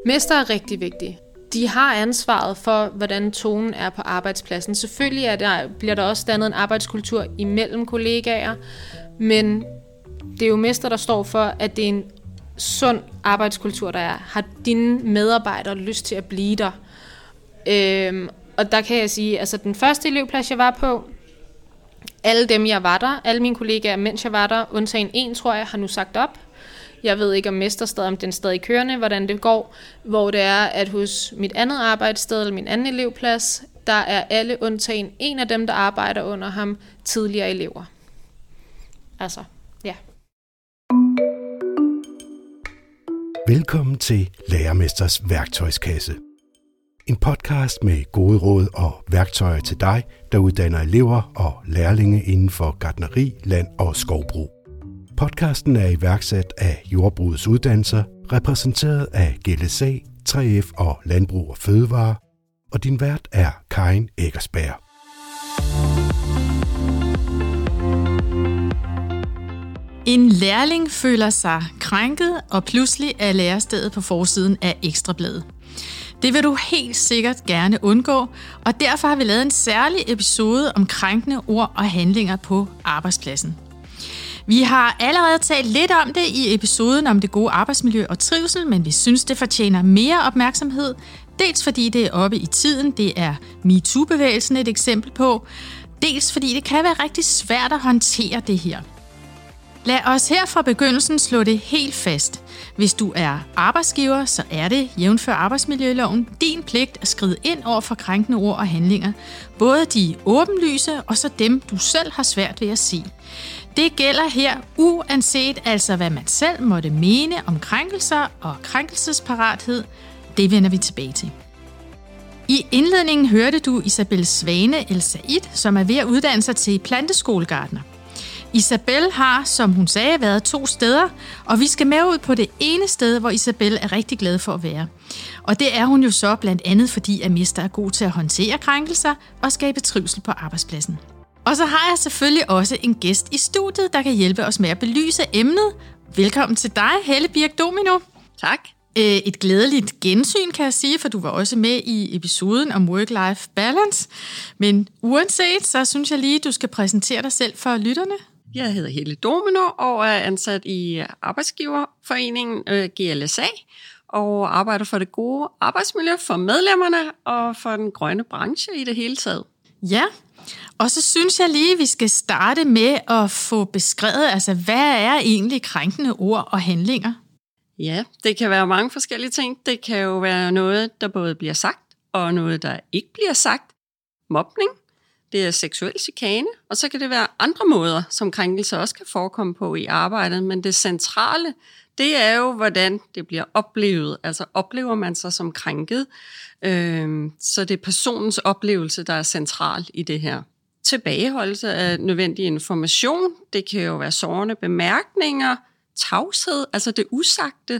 Mester er rigtig vigtige. De har ansvaret for, hvordan tonen er på arbejdspladsen. Selvfølgelig bliver der også dannet en arbejdskultur imellem kollegaer, men det er jo mester, der står for, at det er en sund arbejdskultur, der er. Har dine medarbejdere lyst til at blive der? Og der kan jeg sige, altså den første elevplads, jeg var på, alle dem, jeg var der, alle mine kollegaer, mens jeg var der, undtagen en, tror jeg, har nu sagt op. Jeg ved ikke om mesterstedet, om den stadig kørende, hvordan det går, hvor det er, at hos mit andet arbejdssted, eller min anden elevplads, der er alle undtagen en af dem, der arbejder under ham, tidligere elever. Altså, ja. Velkommen til Lærermesters værktøjskasse. En podcast med gode råd og værktøjer til dig, der uddanner elever og lærlinge inden for gartneri, land og skovbrug. Podcasten er iværksat af Jordbrugets Uddannelser, repræsenteret af GLSA, 3F og Landbrug og Fødevare, og din vært er Karin Eckersberg. En lærling føler sig krænket, og pludselig er lærestedet på forsiden af Ekstrabladet. Det vil du helt sikkert gerne undgå, og derfor har vi lavet en særlig episode om krænkende ord og handlinger på arbejdspladsen. Vi har allerede talt lidt om det i episoden om det gode arbejdsmiljø og trivsel, men vi synes, det fortjener mere opmærksomhed. Dels fordi det er oppe i tiden, det er MeToo-bevægelsen et eksempel på. Dels fordi det kan være rigtig svært at håndtere det her. Lad os her fra begyndelsen slå det helt fast. Hvis du er arbejdsgiver, så er det, jævnfør arbejdsmiljøloven, din pligt at skride ind over for krænkende ord og handlinger. Både de åbenlyse og så dem, du selv har svært ved at se. Det gælder her uanset altså, hvad man selv måtte mene om krænkelser og krænkelsesparathed. Det vender vi tilbage til. I indledningen hørte du Isabel Svane El Said, som er ved at uddanne sig til planteskolegartner. Isabel har, som hun sagde, været 2 steder, og vi skal med ud på det ene sted, hvor Isabel er rigtig glad for at være. Og det er hun jo så blandt andet, fordi at mester er god til at håndtere krænkelser og skabe trivsel på arbejdspladsen. Og så har jeg selvfølgelig også en gæst i studiet, der kan hjælpe os med at belyse emnet. Velkommen til dig, Helle Birk Domino. Tak. Et glædeligt gensyn, kan jeg sige, for du var også med i episoden om work-life balance. Men uanset, så synes jeg lige, du skal præsentere dig selv for lytterne. Jeg hedder Helle Domino og er ansat i Arbejdsgiverforeningen GLSA og arbejder for det gode arbejdsmiljø for medlemmerne og for den grønne branche i det hele taget. Ja, og så synes jeg lige, vi skal starte med at få beskrevet, altså hvad er egentlig krænkende ord og handlinger? Ja, det kan være mange forskellige ting. Det kan jo være noget, der både bliver sagt og noget, der ikke bliver sagt. Mobning. Det er seksuel chikane, og så kan det være andre måder, som krænkelser også kan forekomme på i arbejdet. Men det centrale, det er jo, hvordan det bliver oplevet. Altså oplever man sig som krænket, så det er personens oplevelse, der er central i det her. Tilbageholdelse af nødvendig information, det kan jo være sårende bemærkninger, tavshed, altså det usagte,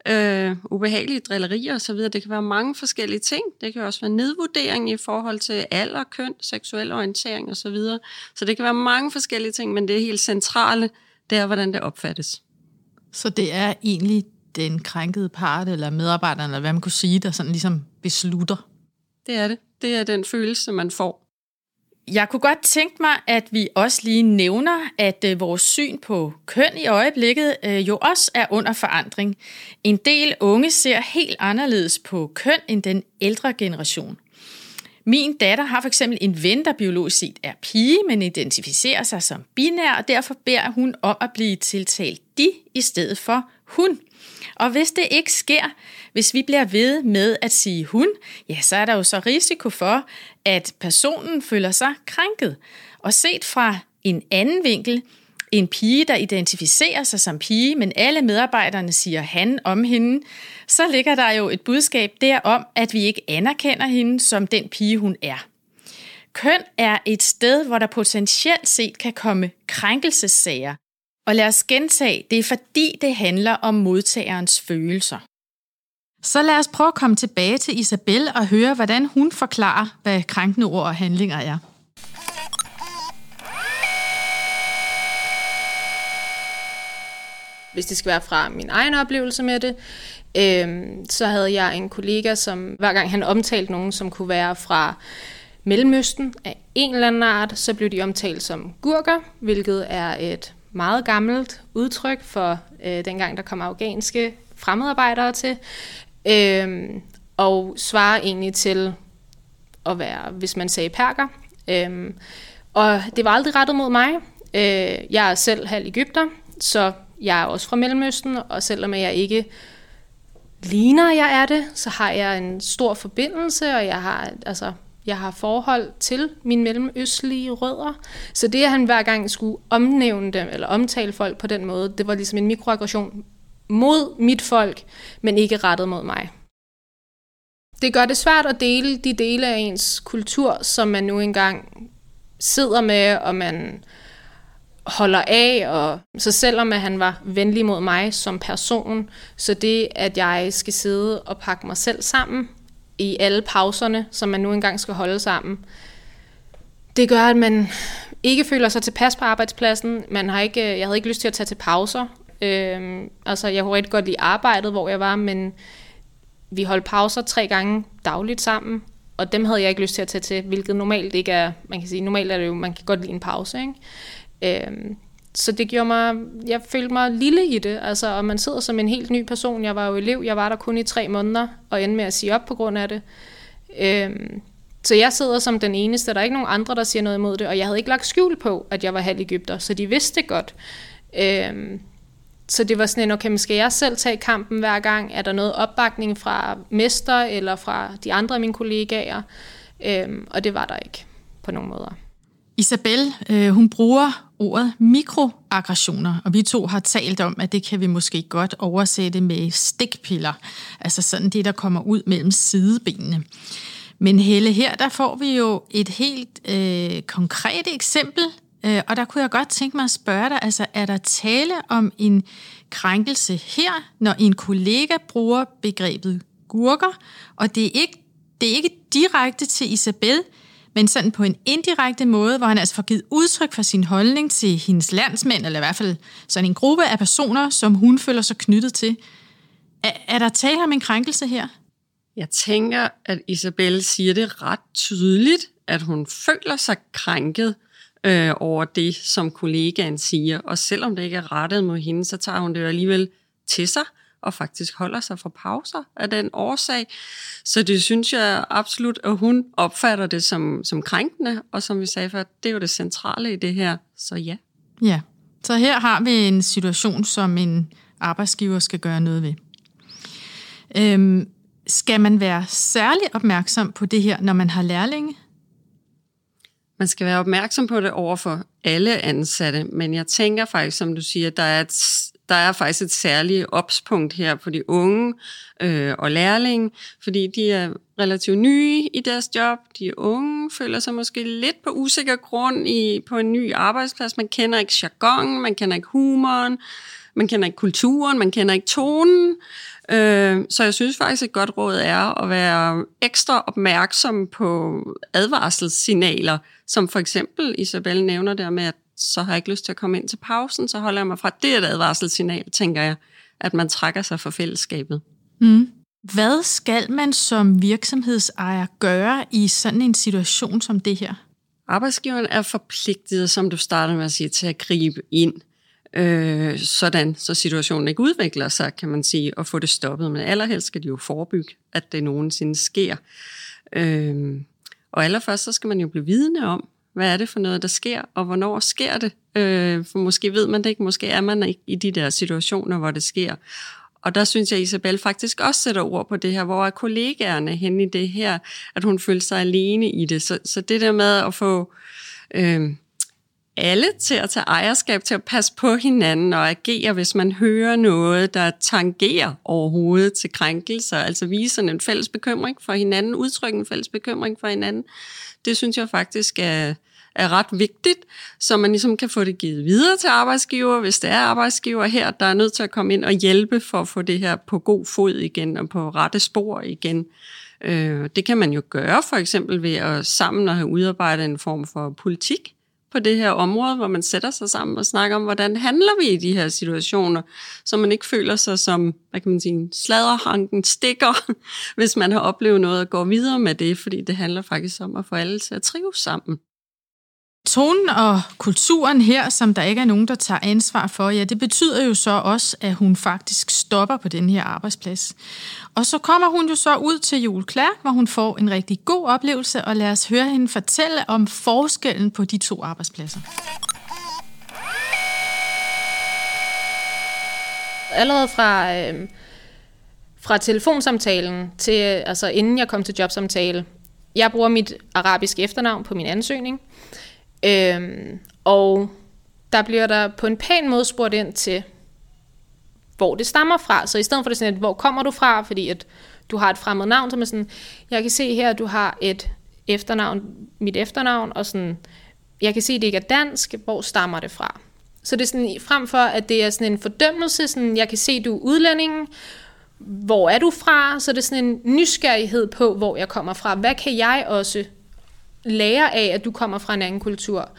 ubehagelige drillerier osv. Det kan være mange forskellige ting. Det kan også være nedvurdering i forhold til alder, køn, seksuel orientering osv. Så det kan være mange forskellige ting, men det helt centrale, det er, hvordan det opfattes. Så det er egentlig den krænkede part, eller medarbejderen, eller hvad man kunne sige, der sådan ligesom beslutter? Det er det. Det er den følelse, man får. Jeg kunne godt tænke mig, at vi også lige nævner, at vores syn på køn i øjeblikket jo også er under forandring. En del unge ser helt anderledes på køn end den ældre generation. Min datter har for eksempel en ven, der biologisk set er pige, men identificerer sig som binær, og derfor beder hun om at blive tiltalt de i stedet for hun. Og hvis det ikke sker, hvis vi bliver ved med at sige hun, ja, så er der jo så risiko for, at personen føler sig krænket. Og set fra en anden vinkel, en pige, der identificerer sig som pige, men alle medarbejderne siger han om hende, så ligger der jo et budskab derom, at vi ikke anerkender hende som den pige, hun er. Køn er et sted, hvor der potentielt set kan komme krænkelsessager. Og lad os gentage, det er fordi det handler om modtagerens følelser. Så lad os prøve at komme tilbage til Isabel og høre, hvordan hun forklarer, hvad krænkende ord og handlinger er. hvis det skal være fra min egen oplevelse med det. Så havde jeg en kollega, som hver gang han omtalte nogen, som kunne være fra Mellemøsten af en eller anden art, så blev de omtalt som gurker, hvilket er et meget gammelt udtryk for dengang, der kom afghanske fremmedarbejdere til, og svarer egentlig til at være, hvis man sagde perker. Og det var aldrig rettet mod mig. Jeg er selv halv egypter, så jeg er også fra Mellemøsten, og selvom jeg ikke ligner, jeg er det, så har jeg en stor forbindelse, og jeg har forhold til mine mellemøstlige rødder. Så det, at han hver gang skulle omnævne dem, eller omtale folk på den måde, det var ligesom en mikroaggression mod mit folk, men ikke rettet mod mig. Det gør det svært at dele de dele af ens kultur, som man nu engang sidder med, og man holder af. Og så selvom at han var venlig mod mig som person, så det, at jeg skal sidde og pakke mig selv sammen i alle pauserne, som man nu engang skal holde sammen, det gør, at man ikke føler sig tilpas på arbejdspladsen. Jeg havde ikke lyst til at tage til pauser. Jeg kunne rigtig godt lide arbejdet, hvor jeg var, men vi holdt pauser 3 gange dagligt sammen, og dem havde jeg ikke lyst til at tage til, hvilket normalt ikke er, man kan sige, normalt er det jo, man kan godt lide en pause, ikke? Så det gjorde mig, jeg følte mig lille i det, og man sidder som en helt ny person. Jeg var jo elev, jeg var der kun i 3 måneder, og endte med at sige op på grund af det. Så jeg sidder som den eneste, der er ikke nogen andre, der siger noget imod det, og jeg havde ikke lagt skjul på, at jeg var halv egypter, så de vidste det godt. Så det var sådan en, okay, men skal jeg selv tage kampen hver gang? Er der noget opbakning fra mester eller fra de andre af mine kollegaer? Og det var der ikke på nogen måder. Isabel, hun bruger ordet mikroaggressioner, og vi 2 har talt om, at det kan vi måske godt oversætte med stikpiller, altså sådan det, der kommer ud mellem sidebenene. Men Helle, her der får vi jo et helt konkret eksempel, og der kunne jeg godt tænke mig at spørge dig, altså er der tale om en krænkelse her, når en kollega bruger begrebet gurker, og det er ikke direkte til Isabel, men sådan på en indirekte måde, hvor han altså får givet udtryk for sin holdning til hendes landsmænd, eller i hvert fald sådan en gruppe af personer, som hun føler sig knyttet til. Er der tale om en krænkelse her? Jeg tænker, at Isabel siger det ret tydeligt, at hun føler sig krænket over det, som kollegaen siger. Og selvom det ikke er rettet mod hende, så tager hun det alligevel til sig, og faktisk holder sig fra pauser af den årsag. Så det synes jeg absolut, at hun opfatter det som krænkende, og som vi sagde før, det er jo det centrale i det her, så ja. Ja, så her har vi en situation, som en arbejdsgiver skal gøre noget ved. Skal man være særlig opmærksom på det her, når man har lærlinge? Man skal være opmærksom på det over for alle ansatte, men jeg tænker faktisk, som du siger, der er faktisk et særligt opspunkt her for de unge og lærlinge, fordi de er relativt nye i deres job. De unge føler sig måske lidt på usikker grund på en ny arbejdsplads. Man kender ikke jargonen, man kender ikke humoren, man kender ikke kulturen, man kender ikke tonen. Så jeg synes faktisk, et godt råd er at være ekstra opmærksom på advarselssignaler, som for eksempel Isabel nævner der med, at så har jeg ikke lyst til at komme ind til pausen, så holder jeg mig fra. Det er et advarselssignal, tænker jeg, at man trækker sig fra fællesskabet. Hvad skal man som virksomhedsejer gøre i sådan en situation som det her? Arbejdsgiveren er forpligtet, som du startede med at sige, til at gribe ind, sådan så situationen ikke udvikler sig, kan man sige, og få det stoppet. Men allerhelst skal de jo forebygge, at det nogensinde sker. Og allerførst så skal man jo blive vidende om, hvad er det for noget, der sker, og hvornår sker det? For måske ved man det ikke, måske er man ikke i de der situationer, hvor det sker. Og der synes jeg, Isabel faktisk også sætter ord på det her, hvor er kollegaerne henne i det her, at hun føler sig alene i det. Så det der med at få alle til at tage ejerskab, til at passe på hinanden og agere, hvis man hører noget, der tangerer overhovedet til krænkelser, altså viser en fælles bekymring for hinanden, udtrykker en fælles bekymring for hinanden. Det synes jeg faktisk er ret vigtigt, så man ligesom kan få det givet videre til arbejdsgiver, hvis det er arbejdsgiver her, der er nødt til at komme ind og hjælpe for at få det her på god fod igen og på rette spor igen. Det kan man jo gøre for eksempel ved at sammen og have udarbejdet en form for politik, på det her område, hvor man sætter sig sammen og snakker om, hvordan handler vi i de her situationer, så man ikke føler sig som, hvad kan man sige, sladderhanken stikker, hvis man har oplevet noget og går videre med det, fordi det handler faktisk om at få alle til at trives sammen. Tonen og kulturen her, som der ikke er nogen, der tager ansvar for, ja, det betyder jo så også, at hun faktisk stopper på den her arbejdsplads. Og så kommer hun jo så ud til Joel Clark, hvor hun får en rigtig god oplevelse, og lad os høre hende fortælle om forskellen på de 2 arbejdspladser. Allerede fra telefonsamtalen til, altså inden jeg kom til jobsamtale, jeg bruger mit arabiske efternavn på min ansøgning, og der bliver der på en pæn måde spurgt ind til, hvor det stammer fra. Så i stedet for det sådan, at, hvor kommer du fra, fordi at du har et fremmed navn, så er sådan, jeg kan se her, at du har et efternavn, mit efternavn, og sådan, jeg kan se, at det ikke er dansk, hvor stammer det fra? Så det er sådan, frem for, at det er sådan en fordømmelse, sådan, jeg kan se, at du er udlænding, hvor er du fra? Så det er sådan en nysgerrighed på, hvor jeg kommer fra. Hvad kan jeg også lære af, at du kommer fra en anden kultur?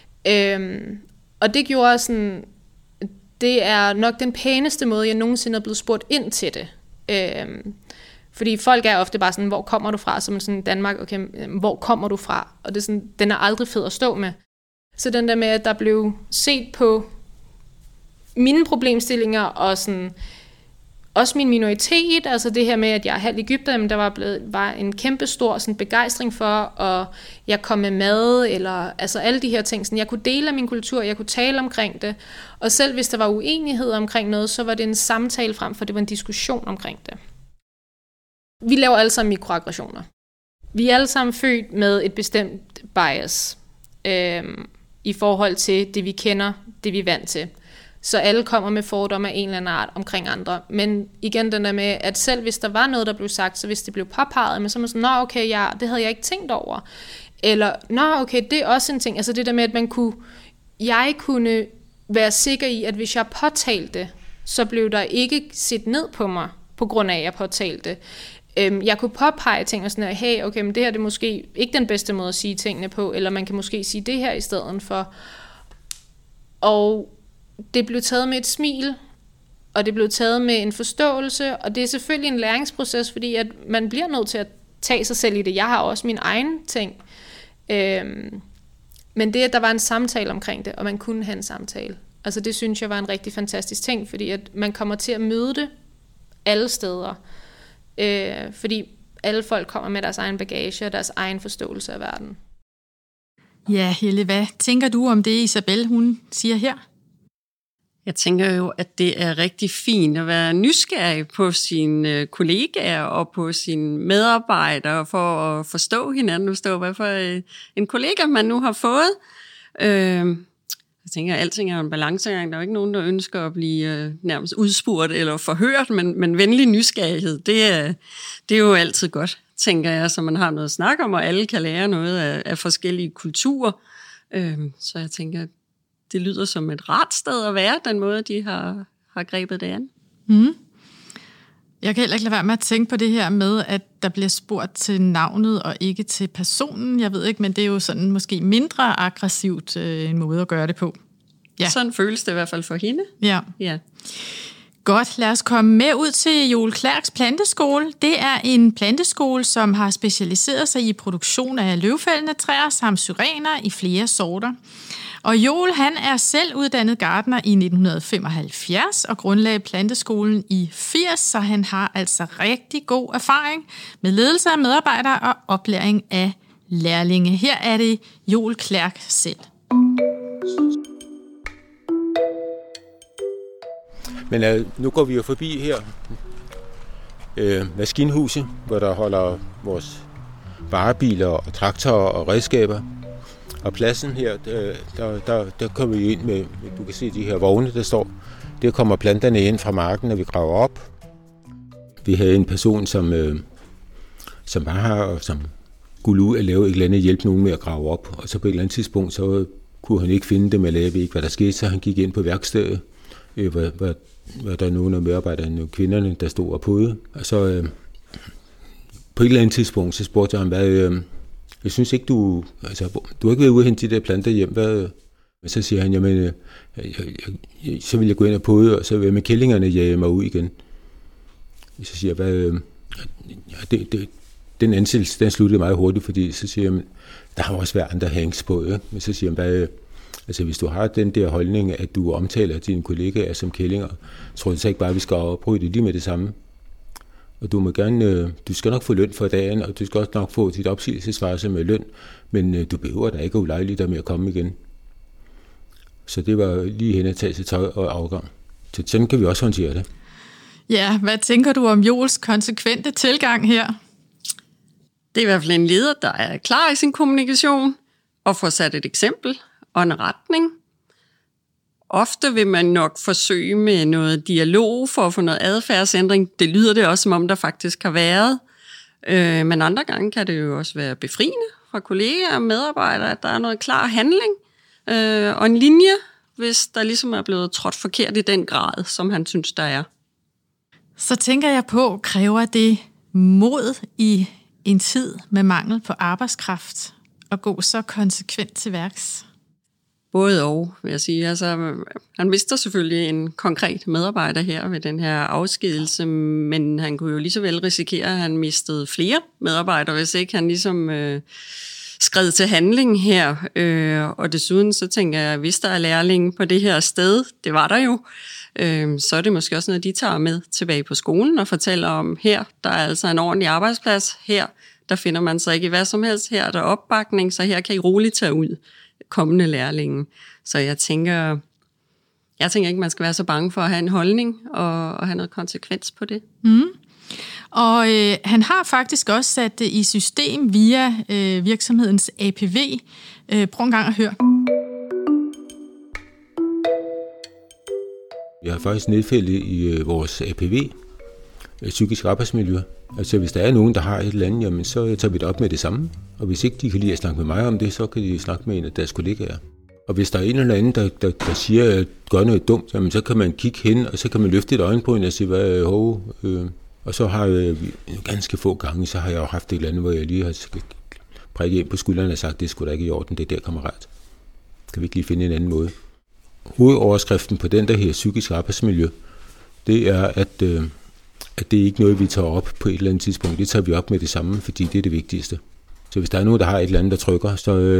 Og det gjorde sådan, det er nok den pæneste måde, jeg nogensinde er blevet spurgt ind til det. Fordi folk er ofte bare sådan, hvor kommer du fra? Som sådan Danmark, okay, hvor kommer du fra? Og det er sådan, den er aldrig fed at stå med. Så den der med, at der blev set på mine problemstillinger, og sådan, også min minoritet, altså det her med, at jeg er halv egypter, men der var en kæmpe stor sådan, begejstring for, og jeg kom med mad, eller altså alle de her ting. Sådan, jeg kunne dele af min kultur, jeg kunne tale omkring det, og selv hvis der var uenighed omkring noget, så var det en samtale frem for, det var en diskussion omkring det. Vi laver alle sammen mikroaggressioner. Vi er alle sammen født med et bestemt bias i forhold til det, vi kender, det vi er vant til. Så alle kommer med fordomme af en eller anden art omkring andre. Men igen den der med, at selv hvis der var noget, der blev sagt, så hvis det blev påpeget, men så er man sådan, nå okay, ja, det havde jeg ikke tænkt over. Eller, nå okay, det er også en ting. Altså det der med, at jeg kunne være sikker i, at hvis jeg påtalte det, så blev der ikke set ned på mig, på grund af, at jeg påtalte det. Jeg kunne påpege ting og sådan her, hey, okay, men det her det er måske ikke den bedste måde at sige tingene på, eller man kan måske sige det her i stedet for. Og det blev taget med et smil, og det blev taget med en forståelse, og det er selvfølgelig en læringsproces, fordi at man bliver nødt til at tage sig selv i det. Jeg har også min egen ting. Men det, at der var en samtale omkring det, og man kunne have en samtale, altså det synes jeg var en rigtig fantastisk ting, fordi at man kommer til at møde det alle steder. Fordi alle folk kommer med deres egen bagage og deres egen forståelse af verden. Ja, Helle, hvad tænker du om det, Isabel, hun siger her? Jeg tænker jo, at det er rigtig fint at være nysgerrig på sine kollegaer og på sine medarbejdere for at forstå hinanden, forstå hvad for en kollega man nu har fået. Jeg tænker, at alting er en balancegang. Der er jo ikke nogen, der ønsker at blive nærmest udspurgt eller forhørt, men venlig nysgerrighed, det er jo altid godt, tænker jeg, så man har noget at snakke om, og alle kan lære noget af forskellige kulturer. Så jeg tænker, det lyder som et rart sted at være, den måde, de har grebet det an. Mm. Jeg kan heller ikke lade være med at tænke på det her med, at der bliver spurgt til navnet og ikke til personen. Jeg ved ikke, men det er jo sådan måske mindre aggressivt en måde at gøre det på. Ja. Sådan føles det i hvert fald for hende. Ja. Godt, lad os komme med ud til Joel Clarks planteskole. Det er en planteskole, som har specialiseret sig i produktion af løvfældende træer samt syrener i flere sorter. Og Joel, han er selv uddannet gartner i 1975 og grundlagde planteskolen i 80, så han har altså rigtig god erfaring med ledelse af medarbejdere og oplæring af lærlinge. Her er det Joel Clark selv. Men nu går vi jo forbi her maskinhuset, hvor der holder vores varebiler og traktorer og redskaber. Og pladsen her, der kommer vi ind med, du kan se de her vogne, der står. Der kommer planterne ind fra marken, når vi graver op. Vi havde en person, som var her, og som skulle ud og lave et eller andet, hjælpe nogen med at grave op. Og så på et eller andet tidspunkt, så kunne han ikke finde dem, eller jeg ved ikke, hvad der skete, så han gik ind på værkstedet, hvor der er nogle af medarbejderne, kvinderne, der stod og podede. Og så på et eller andet tidspunkt, så spurgte jeg ham, jeg synes ikke, du har ikke været ude og hente de der planter hjem. Men så siger han, jamen, så vil jeg gå ind og pode, og så vil jeg med kællingerne jage mig ud igen. Så siger jeg, den ansættelse, den sluttede meget hurtigt, fordi så siger jeg, der har også været andre hanks på, ikke? Men så siger jeg, hvis du har den der holdning, at du omtaler dine kollegaer som kællinger, tror jeg så ikke bare, at vi skal afbryde det lige med det samme. Og du skal nok få løn for dagen, og du skal også nok få dit opsigelsesvarsel med løn, men du behøver da ikke ulejligt dig med at komme igen. Så det var lige hen at tage til tøj og afgang. Så sådan kan vi også håndtere det. Ja, hvad tænker du om Joels konsekvente tilgang her? Det er i hvert fald en leder, der er klar i sin kommunikation og får sat et eksempel og en retning. Ofte vil man nok forsøge med noget dialog for at få noget adfærdsændring. Det lyder det også, som om der faktisk har været. Men andre gange kan det jo også være befriende fra kollegaer og medarbejdere, at der er noget klar handling og en linje, hvis der ligesom er blevet trådt forkert i den grad, som han synes, der er. Så tænker jeg på, kræver det mod i en tid med mangel på arbejdskraft at gå så konsekvent til værks? Både og, vil jeg sige. Altså, han mister selvfølgelig en konkret medarbejder her ved den her afskedelse, men han kunne jo lige så vel risikere, at han mistede flere medarbejdere, hvis ikke han ligesom skred til handling her. Og desuden så tænker jeg, hvis der er lærlinge på det her sted, det var der jo, så er det måske også noget, de tager med tilbage på skolen og fortæller om, her der er altså en ordentlig arbejdsplads, her der finder man sig ikke i hvad som helst, her er der opbakning, så her kan I roligt tage ud kommende lærlinge. Så jeg tænker ikke, man skal være så bange for at have en holdning og have noget konsekvens på det. Mm. Og han har faktisk også sat det i system via virksomhedens APV. Prøv en gang at høre. Vi har faktisk nedfældet i vores APV, psykisk arbejdsmiljø. Altså hvis der er nogen, der har et eller andet, jamen, så tager vi det op med det samme. Og hvis ikke de kan lide at snakke med mig om det, så kan de snakke med en af deres kollegaer. Og hvis der er en eller anden, der siger, at gør noget dumt, jamen, så kan man kigge hen, og så kan man løfte et øjenbryn og sige, og så har jeg ganske få gange, så har jeg jo haft et eller andet, hvor jeg lige har prikket ind på skulderen og sagt, det skulle da ikke i orden, det er der, kammerat. Kan vi ikke lige finde en anden måde? Hovedoverskriften på den der her psykisk arbejdsmiljø, det er, at det er ikke noget, vi tager op på et eller andet tidspunkt. Det tager vi op med det samme, fordi det er det vigtigste. Så hvis der er nogen, der har et eller andet, der trykker,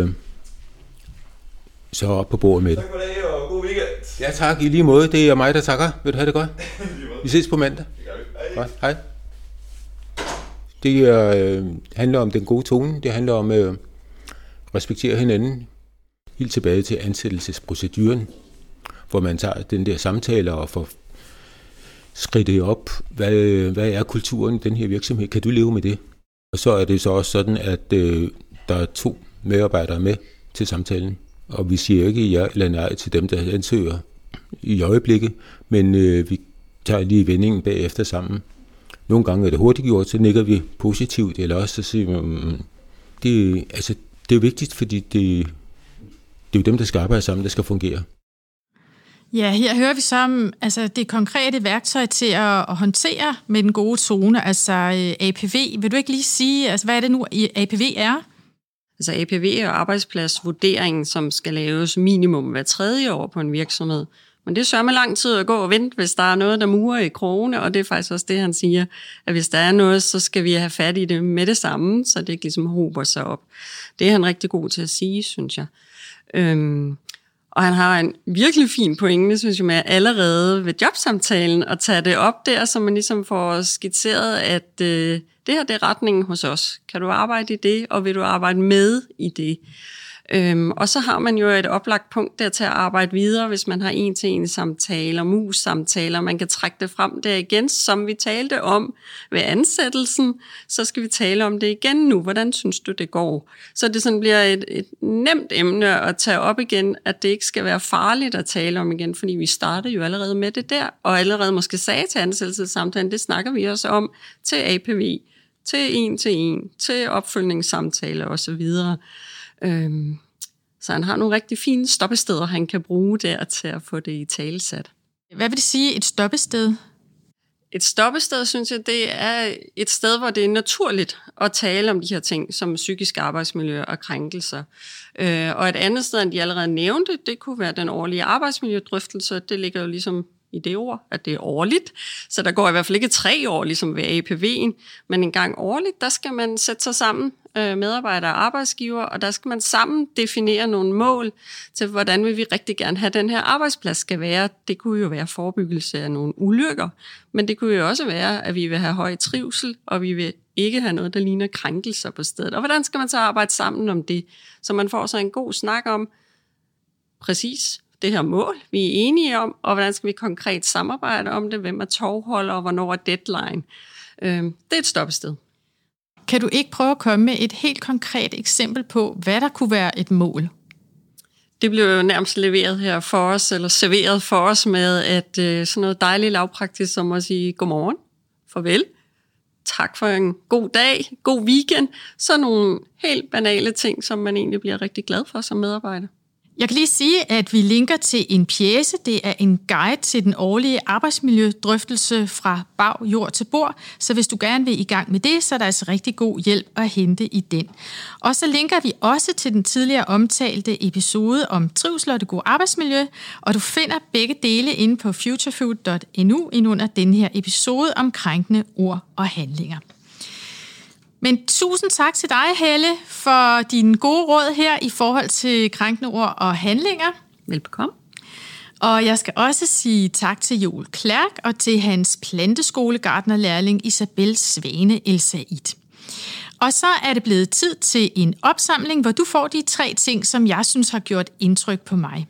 så op på bordet med det. Tak for det, og god weekend. Ja tak, i lige måde. Det er mig, der takker. Vil du have det godt? Vi ses på mandag. Det gør vi. Godt, hej. Det handler om den gode tone. Det handler om at respektere hinanden. Helt tilbage til ansættelsesproceduren, hvor man tager den der samtale og får skridtet op. Hvad er kulturen i den her virksomhed? Kan du leve med det? Og så er det så også sådan, at der er 2 medarbejdere med til samtalen. Og vi siger ikke ja eller nej til dem, der ansøger i øjeblikket, men vi tager lige vendingen bagefter sammen. Nogle gange er det hurtigt gjort, så nikker vi positivt, eller også så siger vi, det er vigtigt, fordi det er jo dem, der skal arbejde sammen, der skal fungere. Ja, her hører vi så om det konkrete værktøj til at håndtere med den gode tone, altså APV. Vil du ikke lige sige, hvad er det nu, APV er? Altså APV er arbejdspladsvurderingen, som skal laves minimum hver 3. år på en virksomhed. Men det sørger med lang tid at gå og vente, hvis der er noget, der murer i krogene, og det er faktisk også det, han siger, at hvis der er noget, så skal vi have fat i det med det samme, så det ikke ligesom hober sig op. Det er han rigtig god til at sige, synes jeg. Og han har en virkelig fin pointe, synes jeg, med allerede ved jobsamtalen at tage det op der, så man ligesom får skitseret, at det her det er retningen hos os. Kan du arbejde i det, og vil du arbejde med i det? Og så har man jo et oplagt punkt der til at arbejde videre, hvis man har 1-til-1 samtaler, mus-samtaler. Man kan trække det frem der igen, som vi talte om ved ansættelsen. Så skal vi tale om det igen nu. Hvordan synes du, det går? Så det sådan bliver et nemt emne at tage op igen, at det ikke skal være farligt at tale om igen, fordi vi startede jo allerede med det der, og allerede måske sagde til ansættelsessamtalen, det snakker vi også om til APV, til 1-til-1, til opfølgningssamtaler osv. Så han har nogle rigtig fine stoppesteder, han kan bruge der til at få det i talesat. Hvad vil det sige, et stoppested? Et stoppested, synes jeg, det er et sted, hvor det er naturligt at tale om de her ting, som psykisk arbejdsmiljø og krænkelser. Og et andet sted, end de allerede nævnte, det kunne være den årlige arbejdsmiljødrøftelse. Det ligger jo ligesom i det ord, at det er årligt. Så der går i hvert fald ikke 3 år, ligesom ved APV'en, men en gang årligt, der skal man sætte sig sammen, medarbejdere og arbejdsgiver, og der skal man sammen definere nogle mål til, hvordan vil vi rigtig gerne have, den her arbejdsplads skal være. Det kunne jo være forebyggelse af nogle ulykker, men det kunne jo også være, at vi vil have høj trivsel, og vi vil ikke have noget, der ligner krænkelser på stedet. Og hvordan skal man så arbejde sammen om det, så man får så en god snak om præcis det her mål, vi er enige om, og hvordan skal vi konkret samarbejde om det, hvem er tovholder, og hvornår er deadline. Det er et stoppested. Kan du ikke prøve at komme med et helt konkret eksempel på, hvad der kunne være et mål? Det blev jo nærmest leveret her for os, eller serveret for os med at sådan noget dejligt lavpraktisk, som at sige godmorgen, farvel, tak for en god dag, god weekend. Så nogle helt banale ting, som man egentlig bliver rigtig glad for som medarbejder. Jeg kan lige sige, at vi linker til en pjece. Det er en guide til den årlige arbejdsmiljødrøftelse fra bag jord til bord. Så hvis du gerne vil i gang med det, så er der altså rigtig god hjælp at hente i den. Og så linker vi også til den tidligere omtalte episode om trivsel og det gode arbejdsmiljø. Og du finder begge dele inde på futurefood.nu under den her episode om krænkende ord og handlinger. Men tusind tak til dig, Helle, for dine gode råd her i forhold til krænkende ord og handlinger. Velbekomme. Og jeg skal også sige tak til Joel Klerk og til hans planteskolegartnerlærling Isabel Svane Elsaid. Og så er det blevet tid til en opsamling, hvor du får de 3 ting, som jeg synes har gjort indtryk på mig.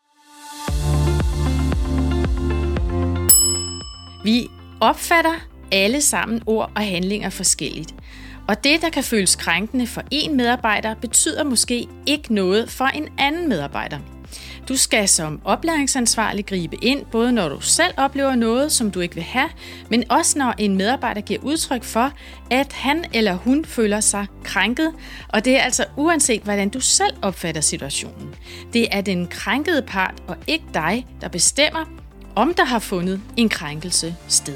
Vi opfatter alle sammen ord og handlinger forskelligt. Og det, der kan føles krænkende for en medarbejder, betyder måske ikke noget for en anden medarbejder. Du skal som oplæringsansvarlig gribe ind, både når du selv oplever noget, som du ikke vil have, men også når en medarbejder giver udtryk for, at han eller hun føler sig krænket. Og det er altså uanset, hvordan du selv opfatter situationen. Det er den krænkede part og ikke dig, der bestemmer, om der har fundet en krænkelse sted.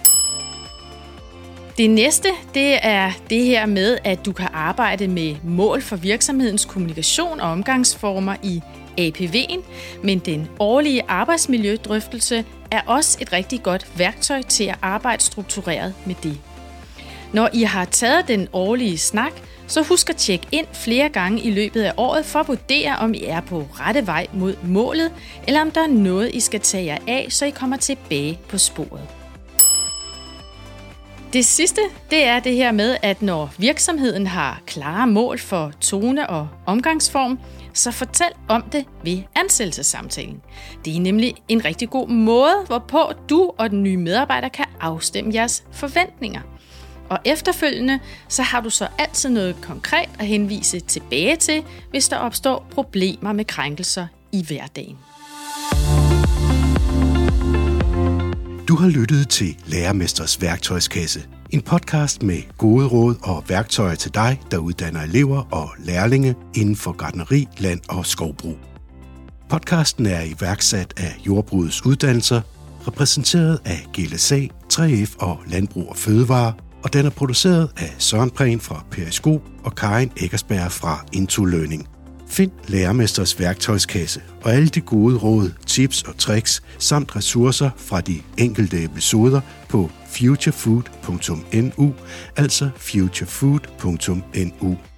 Det næste, det er det her med, at du kan arbejde med mål for virksomhedens kommunikation og omgangsformer i APV'en, men den årlige arbejdsmiljødrøftelse er også et rigtig godt værktøj til at arbejde struktureret med det. Når I har taget den årlige snak, så husk at tjekke ind flere gange i løbet af året for at vurdere, om I er på rette vej mod målet, eller om der er noget, I skal tage jer af, så I kommer tilbage på sporet. Det sidste, det er det her med, at når virksomheden har klare mål for tone og omgangsform, så fortæl om det ved ansættelsessamtalen. Det er nemlig en rigtig god måde, hvorpå du og den nye medarbejder kan afstemme jeres forventninger. Og efterfølgende, så har du så altid noget konkret at henvise tilbage til, hvis der opstår problemer med krænkelser i hverdagen. Du har lyttet til Lærermesters værktøjskasse. En podcast med gode råd og værktøjer til dig, der uddanner elever og lærlinge inden for gartneri, land og skovbrug. Podcasten er iværksat af Jordbrugets Uddannelser, repræsenteret af GLSA, 3F og Landbrug og Fødevare, og den er produceret af Søren Prehn fra Periskop og Karin Eckersberg fra Into Learning. Find Lærermesters værktøjskasse og alle de gode råd, tips og tricks samt ressourcer fra de enkelte episoder på futurefood.nu, altså futurefood.nu.